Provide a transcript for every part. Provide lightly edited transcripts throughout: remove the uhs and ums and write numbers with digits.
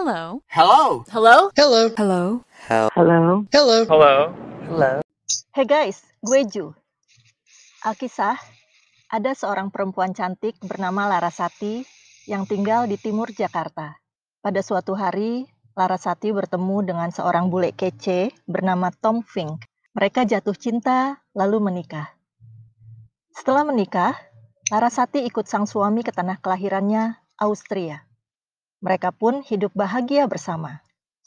Hello. Hello. Hello? Hello. Hello? Halo. Hello. Hello. Hey guys, gue Ju. Alkisah, ada seorang perempuan cantik bernama Larasati yang tinggal di timur Jakarta. Pada suatu hari, Larasati bertemu dengan seorang bule kece bernama Tom Fink. Mereka jatuh cinta, lalu menikah. Setelah menikah, Larasati ikut sang suami ke tanah kelahirannya, Austria. Mereka pun hidup bahagia bersama.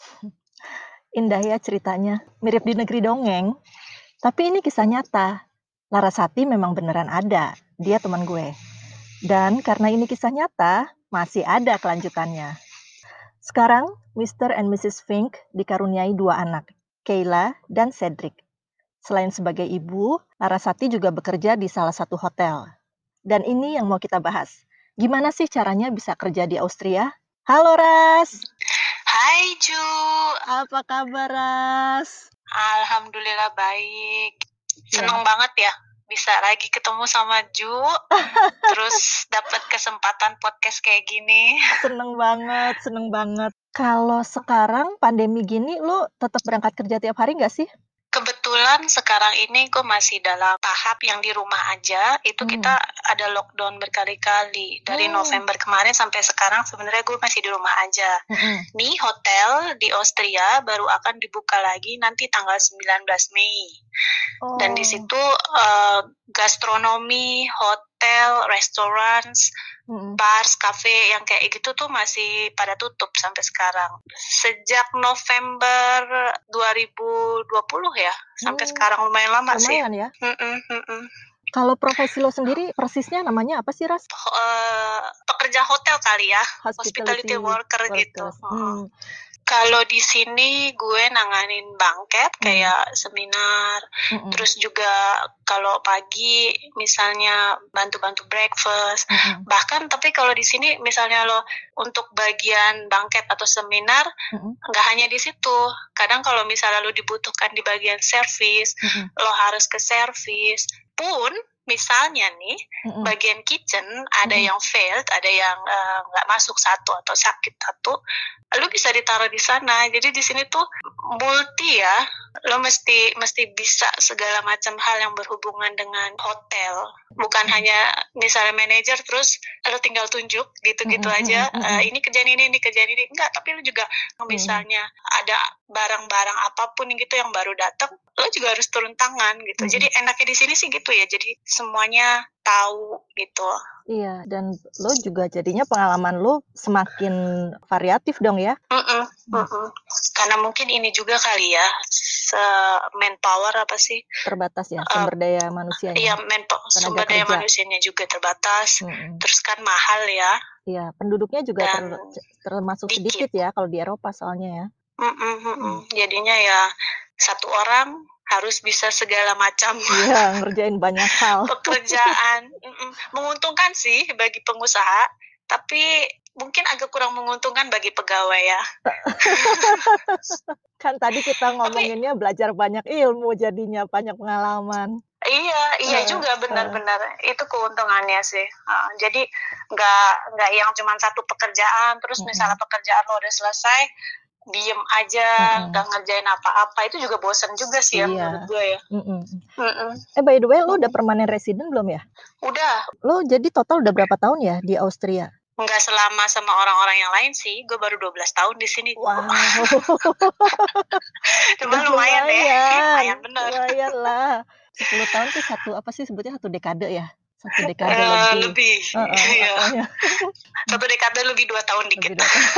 Indah ya ceritanya, mirip di negeri dongeng. Tapi ini kisah nyata. Larasati memang beneran ada, dia teman gue. Dan karena ini kisah nyata, masih ada kelanjutannya. Sekarang, Mr. and Mrs. Fink dikaruniai 2 anak, Kayla dan Cedric. Selain sebagai ibu, Larasati juga bekerja di salah satu hotel. Dan ini yang mau kita bahas. Gimana sih caranya bisa kerja di Austria? Halo Ras! Hai Ju, Apa kabar Ras? alhamdulillah baik. Seneng banget ya bisa lagi ketemu sama Ju, terus dapat kesempatan podcast kayak gini. Seneng banget. Kalau sekarang pandemi gini, lu tetap berangkat kerja tiap hari nggak sih? Kebetulan sekarang ini gue masih dalam tahap yang di rumah aja. Itu kita ada lockdown berkali-kali. Dari November kemarin sampai sekarang sebenarnya gue masih di rumah aja. Nih hotel di Austria baru akan dibuka lagi nanti tanggal 19 Mei. Dan di situ gastronomi, hotel, restoran, bars, cafe yang kayak gitu tuh masih pada tutup sampai sekarang. Sejak November 2020 ya, sampai sekarang lumayan lama sih. Lumayan ya. Kalau profesi lo sendiri persisnya namanya apa sih Ras? Pekerja hotel kali ya, hospitality worker gitu. Kalau di sini gue nanganin banket kayak seminar, terus juga kalau pagi misalnya bantu-bantu breakfast. Bahkan tapi kalau di sini misalnya lo untuk bagian banket atau seminar nggak hanya di situ. Kadang kalau misalnya lo dibutuhkan di bagian service, lo harus ke service pun. Misalnya nih, bagian kitchen ada yang failed, ada yang nggak masuk satu atau sakit satu, lu bisa ditaruh di sana. Jadi di sini tuh multi ya, lo mesti bisa segala macam hal yang berhubungan dengan hotel. Bukan hanya misalnya manajer terus lo tinggal tunjuk gitu-gitu aja. Ini kerjaan ini kerjaan ini. Enggak, tapi lo juga misalnya ada barang-barang apapun gitu yang baru datang, lo juga harus turun tangan gitu. Jadi enaknya di sini sih gitu ya. Jadi semuanya tahu gitu. Iya, dan lo juga jadinya pengalaman lo semakin variatif dong ya? Karena mungkin ini juga kali ya, manpower apa sih? Terbatas ya, sumber daya manusianya. Iya, sumber daya manusianya juga terbatas. Terus kan mahal ya. Iya, penduduknya juga termasuk dikit. sedikit ya kalau di Eropa soalnya ya. Jadinya ya satu orang harus bisa segala macam. Iya, ngerjain banyak hal. Pekerjaan. Menguntungkan sih bagi pengusaha, tapi mungkin agak kurang menguntungkan bagi pegawai ya. Kan tadi kita ngomonginnya belajar banyak ilmu, jadinya banyak pengalaman. Iya juga benar-benar itu keuntungannya sih. Jadi nggak yang cuma satu pekerjaan, terus misalnya pekerjaan lo udah selesai, diem aja, nggak ngerjain apa-apa, itu juga bosan juga sih ya menurut gue ya. By the way, lo udah permanent resident belum ya? Udah. Lo jadi total udah berapa tahun ya di Austria? Nggak selama sama orang-orang yang lain sih, gue baru 12 tahun di sini. Wow. Cuma lumayan ya, lumayan bener. Lumayan lah. 10 tahun tuh satu dekade ya? Satu dekade lebih. Iya. Satu dekade lebih 2 tahun dikit.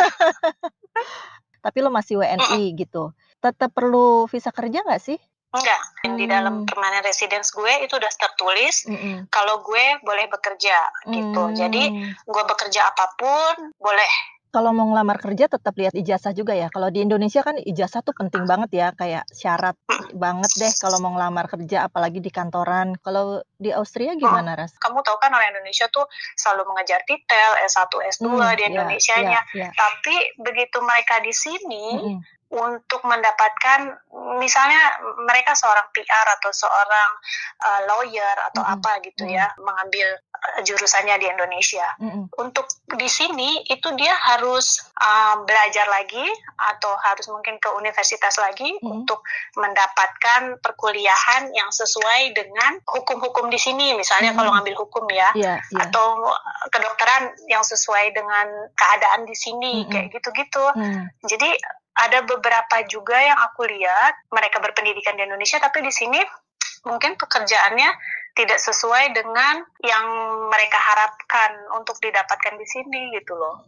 Tapi lo masih WNI gitu. Tetap perlu visa kerja nggak sih? Enggak. Di dalam permanent residence gue itu udah tertulis kalau gue boleh bekerja gitu. Jadi gue bekerja apapun boleh. Kalau mau ngelamar kerja tetap lihat ijazah juga ya. Kalau di Indonesia kan ijazah tuh penting banget ya, kayak syarat banget deh kalau mau ngelamar kerja, apalagi di kantoran. Kalau di Austria gimana, Ras? Kamu tahu kan orang Indonesia tuh selalu mengejar titel S1, S2 di Indonesianya. Tapi begitu mereka di sini, untuk mendapatkan, misalnya mereka seorang PR atau seorang lawyer atau apa gitu ya, mengambil jurusannya di Indonesia. Untuk di sini itu dia harus belajar lagi atau harus mungkin ke universitas lagi untuk mendapatkan perkuliahan yang sesuai dengan hukum-hukum di sini. Misalnya kalau ngambil hukum ya, atau kedokteran yang sesuai dengan keadaan di sini, kayak gitu-gitu. Jadi ada beberapa juga yang aku lihat mereka berpendidikan di Indonesia tapi di sini mungkin pekerjaannya tidak sesuai dengan yang mereka harapkan untuk didapatkan di sini gitu loh.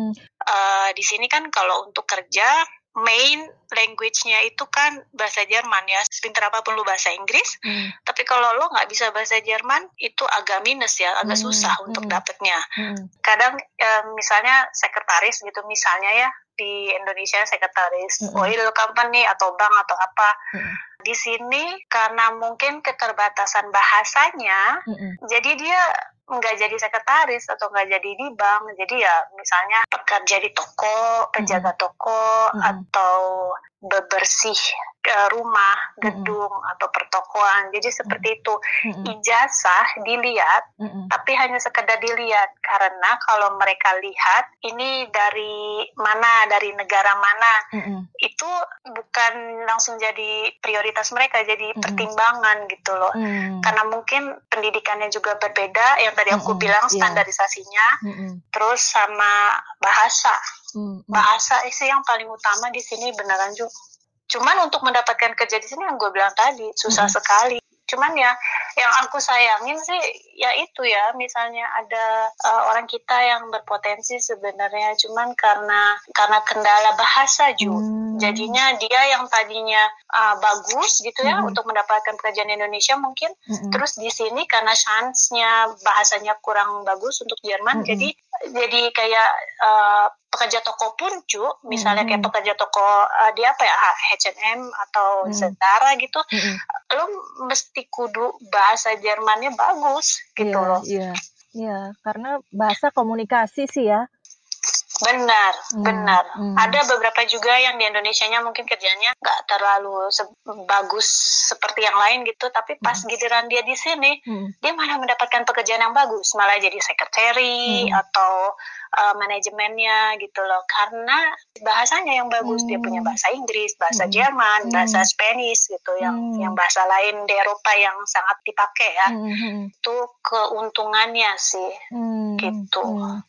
Di sini kan kalau untuk kerja main language-nya itu kan bahasa Jerman ya, sepintar apapun lu bahasa Inggris, tapi kalau lo nggak bisa bahasa Jerman itu agak minus ya, agak susah untuk dapetnya. Kadang misalnya sekretaris gitu misalnya ya, di Indonesia sekretaris oil company atau bank atau apa. Di sini karena mungkin keterbatasan bahasanya, jadi dia nggak jadi sekretaris atau nggak jadi di bank. Jadi ya misalnya pekerja di toko, penjaga toko, atau bebersih rumah, gedung, atau pertokoan. Jadi seperti itu. Ijazah dilihat, tapi hanya sekedar dilihat. Karena kalau mereka lihat, ini dari mana, dari negara mana, itu bukan langsung jadi prioritas mereka, jadi pertimbangan gitu loh. Karena mungkin pendidikannya juga berbeda, yang tadi aku bilang standarisasinya, terus sama bahasa. Bahasa itu yang paling utama di sini beneran juga. Cuman untuk mendapatkan kerja di sini yang gue bilang tadi susah sekali. Cuman ya yang aku sayangin sih ya itu ya, misalnya ada orang kita yang berpotensi sebenarnya, cuman karena kendala bahasa jadinya dia yang tadinya bagus gitu ya untuk mendapatkan pekerjaan di Indonesia mungkin, terus di sini karena chance-nya bahasanya kurang bagus untuk Jerman, jadi kayak pekerja toko pun misalnya kayak pekerja toko di apa ya, H&M atau Zara gitu, lo mesti kudu bahasa Jermannya bagus gitu loh. Iya, karena bahasa komunikasi sih ya. Benar. Ada beberapa juga yang di Indonesianya mungkin kerjanya nggak terlalu bagus seperti yang lain gitu, tapi pas giliran dia di sini, dia malah mendapatkan pekerjaan yang bagus, malah jadi sekretari atau manajemennya gitu loh, karena bahasanya yang bagus. Dia punya bahasa Inggris, bahasa Jerman, bahasa Spanish gitu, yang bahasa lain di Eropa yang sangat dipakai ya. Itu keuntungannya sih gitu.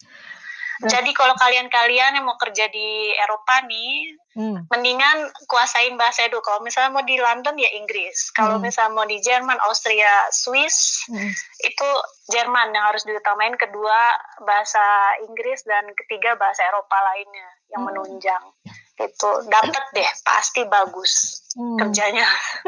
Jadi kalau kalian yang mau kerja di Eropa nih, mendingan kuasain bahasa dulu. Kalau misalnya mau di London ya Inggris. Kalau misalnya mau di Jerman, Austria, Swiss, itu Jerman yang harus diutamain. Kedua bahasa Inggris, dan ketiga bahasa Eropa lainnya yang menunjang. Itu dapat deh, pasti bagus kerjanya.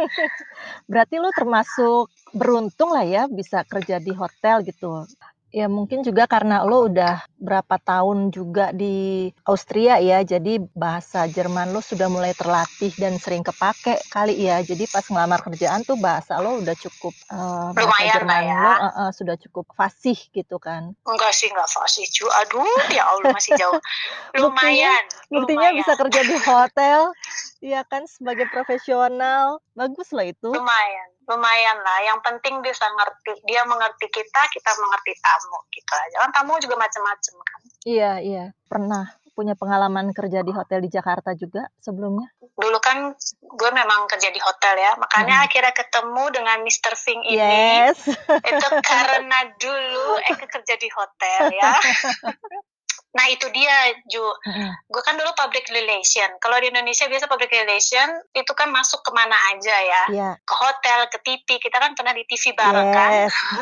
Berarti lo termasuk beruntung lah ya bisa kerja di hotel gitu. Ya mungkin juga karena lo udah berapa tahun juga di Austria ya, jadi bahasa Jerman lo sudah mulai terlatih dan sering kepake kali ya. Jadi pas ngelamar kerjaan tuh bahasa lo udah cukup, bahasa lumayan Jerman ya. lo sudah cukup fasih gitu kan. Enggak sih, enggak fasih cu. Aduh, ya Allah masih jauh. Lumayan. Buktinya bisa kerja di hotel, ya kan, sebagai profesional. Bagus lah itu. Lumayan lah, yang penting dia mengerti kita mengerti tamu gitu aja. Kan tamu juga macam-macam kan. Iya, pernah punya pengalaman kerja di hotel di Jakarta juga sebelumnya. Dulu kan gue memang kerja di hotel ya, makanya akhirnya ketemu dengan Mr. Fing ini. Yes. Itu karena dulu kerja di hotel ya. Nah itu dia Ju, gue kan dulu public relation. Kalau di Indonesia biasa public relation itu kan masuk kemana aja ya, ke hotel, ke TV. Kita kan pernah di TV bareng kan.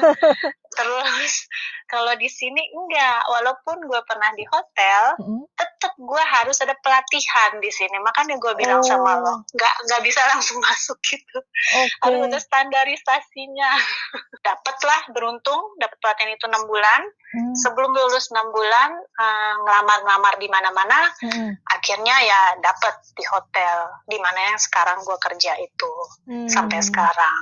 Terus kalau di sini enggak, walaupun gue pernah di hotel, tetap gue harus ada pelatihan di sini. Makanya gue bilang sama lo, nggak bisa langsung masuk gitu. Harus ada standarisasinya. Dapatlah, beruntung dapat pelatihan itu 6 bulan. Sebelum lulus 6 bulan ngelamar di mana-mana, akhirnya ya dapat di hotel di mana yang sekarang gue kerja itu sampai sekarang.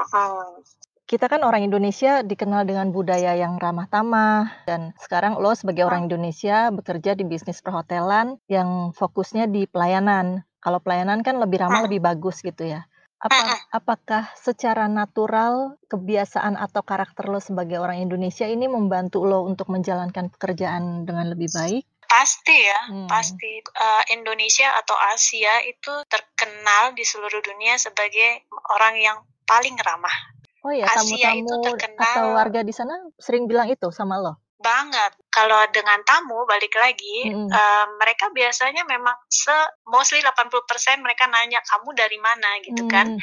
Kita kan orang Indonesia dikenal dengan budaya yang ramah tamah, dan sekarang lo sebagai orang Indonesia bekerja di bisnis perhotelan yang fokusnya di pelayanan. Kalau pelayanan kan lebih ramah, lebih bagus gitu ya. Apakah secara natural kebiasaan atau karakter lo sebagai orang Indonesia ini membantu lo untuk menjalankan pekerjaan dengan lebih baik? Pasti ya, pasti. Indonesia atau Asia itu terkenal di seluruh dunia sebagai orang yang paling ramah. Oh ya, Asia itu tamu-tamu terkenal atau warga di sana sering bilang itu sama lo? Banget. Kalau dengan tamu, balik lagi, mereka biasanya memang mostly 80% mereka nanya, kamu dari mana gitu kan.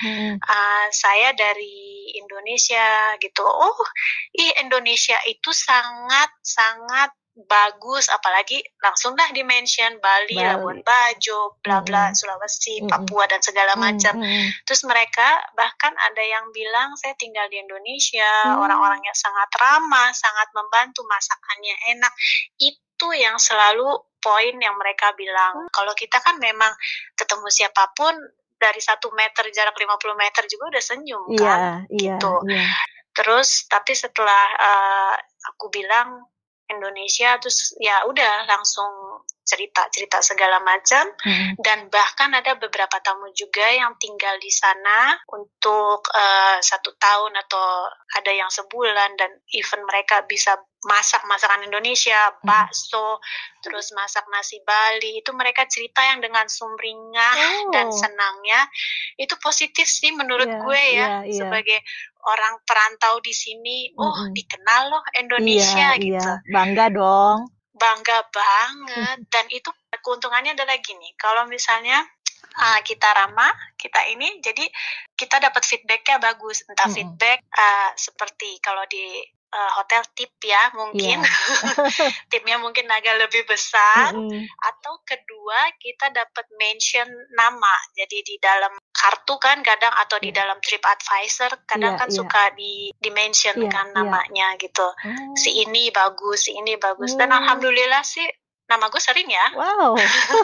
Saya dari Indonesia gitu. Oh, Indonesia itu sangat-sangat bagus, apalagi langsung dah di-mention Bali, Labuan Bajo, bla bla, Sulawesi, Papua dan segala macam. Terus mereka bahkan ada yang bilang saya tinggal di Indonesia, orang-orangnya sangat ramah, sangat membantu, masakannya enak. Itu yang selalu poin yang mereka bilang. Kalau kita kan memang ketemu siapapun dari 1 meter jarak 50 meter juga udah senyum kan, gitu. Terus tapi setelah aku bilang Indonesia, terus ya udah langsung cerita segala macam. Dan bahkan ada beberapa tamu juga yang tinggal di sana untuk 1 tahun atau ada yang sebulan, dan even mereka bisa masak masakan Indonesia, bakso, terus masak nasi Bali, itu mereka cerita yang dengan sumringah dan senangnya. Itu positif sih menurut gue ya, sebagai orang perantau di sini. Dikenal loh Indonesia gitu. Bangga dong. Bangga banget. Dan itu keuntungannya adalah gini, kalau misalnya kita ramah, kita ini, jadi kita dapat feedbacknya bagus. Entah feedback seperti kalau di hotel tip ya mungkin, tipnya mungkin agak lebih besar, atau kedua kita dapat mention nama. Jadi di dalam kartu kan kadang, atau di dalam TripAdvisor kadang kan suka di mention kan namanya gitu. Si ini bagus, si ini bagus. Dan alhamdulillah sih nama gue sering ya. Wow.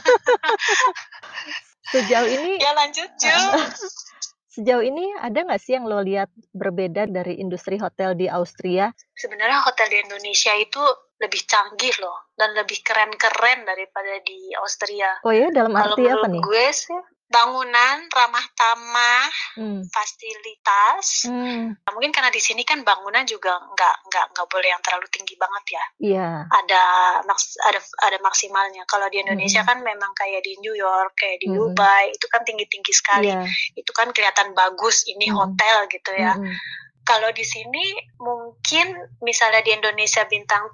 Sejauh ini ya lanjut Ju. Sejauh ini ada nggak sih yang lo lihat berbeda dari industri hotel di Austria? Sebenarnya hotel di Indonesia itu lebih canggih loh, dan lebih keren-keren daripada di Austria. Oh ya, dalam arti apa nih? Kalau menurut gue sih, bangunan ramah tamah, fasilitas. Mungkin karena di sini kan bangunan juga nggak boleh yang terlalu tinggi banget ya. Iya. Ada maksimalnya. Kalau di Indonesia kan memang kayak di New York, kayak di Dubai, itu kan tinggi-tinggi sekali. Itu kan kelihatan bagus, ini hotel gitu ya. Kalau di sini mungkin misalnya di Indonesia bintang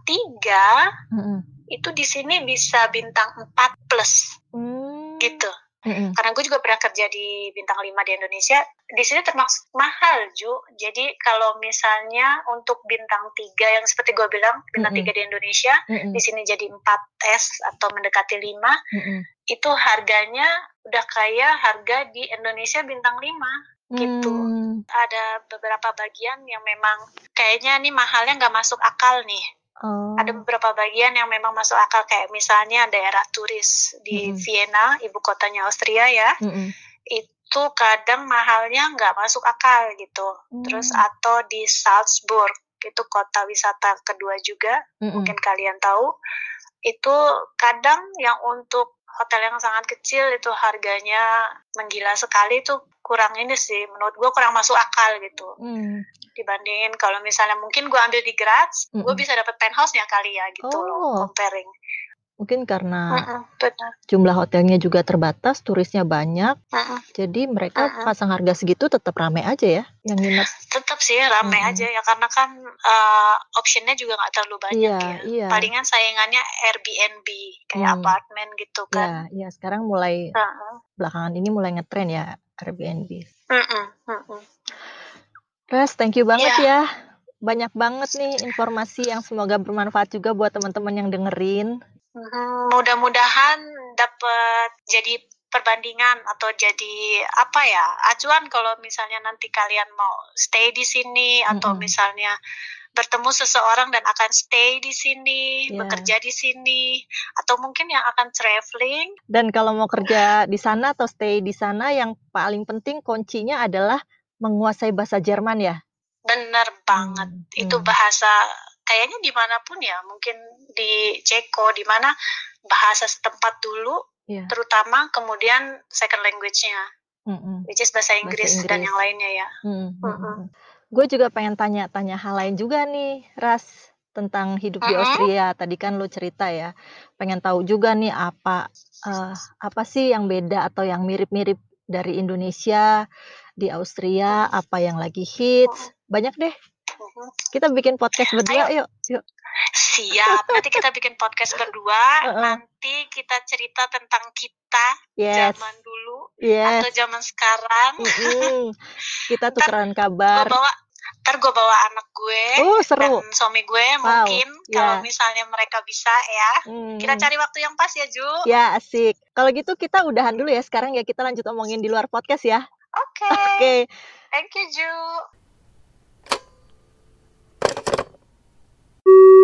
3, itu di sini bisa bintang 4 plus gitu. Karena gue juga pernah kerja di bintang 5 di Indonesia. Di sini termasuk mahal, Ju. Jadi kalau misalnya untuk bintang 3 yang seperti gue bilang, bintang 3 di Indonesia, di sini jadi 4S atau mendekati 5, itu harganya udah kayak harga di Indonesia bintang 5 gitu. Ada beberapa bagian yang memang kayaknya nih mahalnya nggak masuk akal nih. Ada beberapa bagian yang memang masuk akal, kayak misalnya daerah turis di Vienna, ibu kotanya Austria ya, itu kadang mahalnya nggak masuk akal gitu. Terus atau di Salzburg, itu kota wisata kedua juga, mungkin kalian tahu, itu kadang yang untuk hotel yang sangat kecil itu harganya menggila sekali, itu kurang ini sih, menurut gue kurang masuk akal gitu. Dibandingin kalau misalnya mungkin gue ambil di Graz, gue bisa dapat penthouse-nya kali ya gitu loh, comparing. Mungkin karena jumlah hotelnya juga terbatas, turisnya banyak, jadi mereka pasang harga segitu tetap ramai aja ya yang nginep. Tetap sih ramai aja ya, karena kan optionnya juga nggak terlalu banyak ya. Palingan saingannya Airbnb, kayak apartemen gitu kan. Iya, sekarang mulai belakangan ini mulai ngetren ya Airbnb. Res, thank you banget ya. Banyak banget nih informasi yang semoga bermanfaat juga buat teman-teman yang dengerin. Mudah-mudahan dapat jadi perbandingan atau jadi apa ya, acuan kalau misalnya nanti kalian mau stay di sini, atau misalnya bertemu seseorang dan akan stay di sini, bekerja di sini, atau mungkin yang akan traveling. Dan kalau mau kerja di sana atau stay di sana, yang paling penting kuncinya adalah menguasai bahasa Jerman ya? Bener banget. Itu bahasa kayaknya dimanapun ya, mungkin di Ceko, di mana bahasa setempat dulu, Iya. Terutama kemudian second language-nya, which is bahasa Inggris dan yang lainnya ya. Gue juga pengen tanya hal lain juga nih, Ras, tentang hidup di Austria. Tadi kan lo cerita ya, pengen tahu juga nih apa sih yang beda atau yang mirip-mirip dari Indonesia di Austria, apa yang lagi hits, banyak deh. Kita bikin podcast berdua, yuk. Siap, nanti kita bikin podcast berdua, nanti kita cerita tentang kita zaman dulu atau zaman sekarang. Kita tukeran kabar. Ntar gue bawa anak gue seru. dan suami gue mungkin kalau misalnya mereka bisa ya. Kita cari waktu yang pas ya, Ju. Ya, asik. Kalau gitu kita udahan dulu ya sekarang ya, kita lanjut omongin di luar podcast ya. Oke. Thank you, Ju.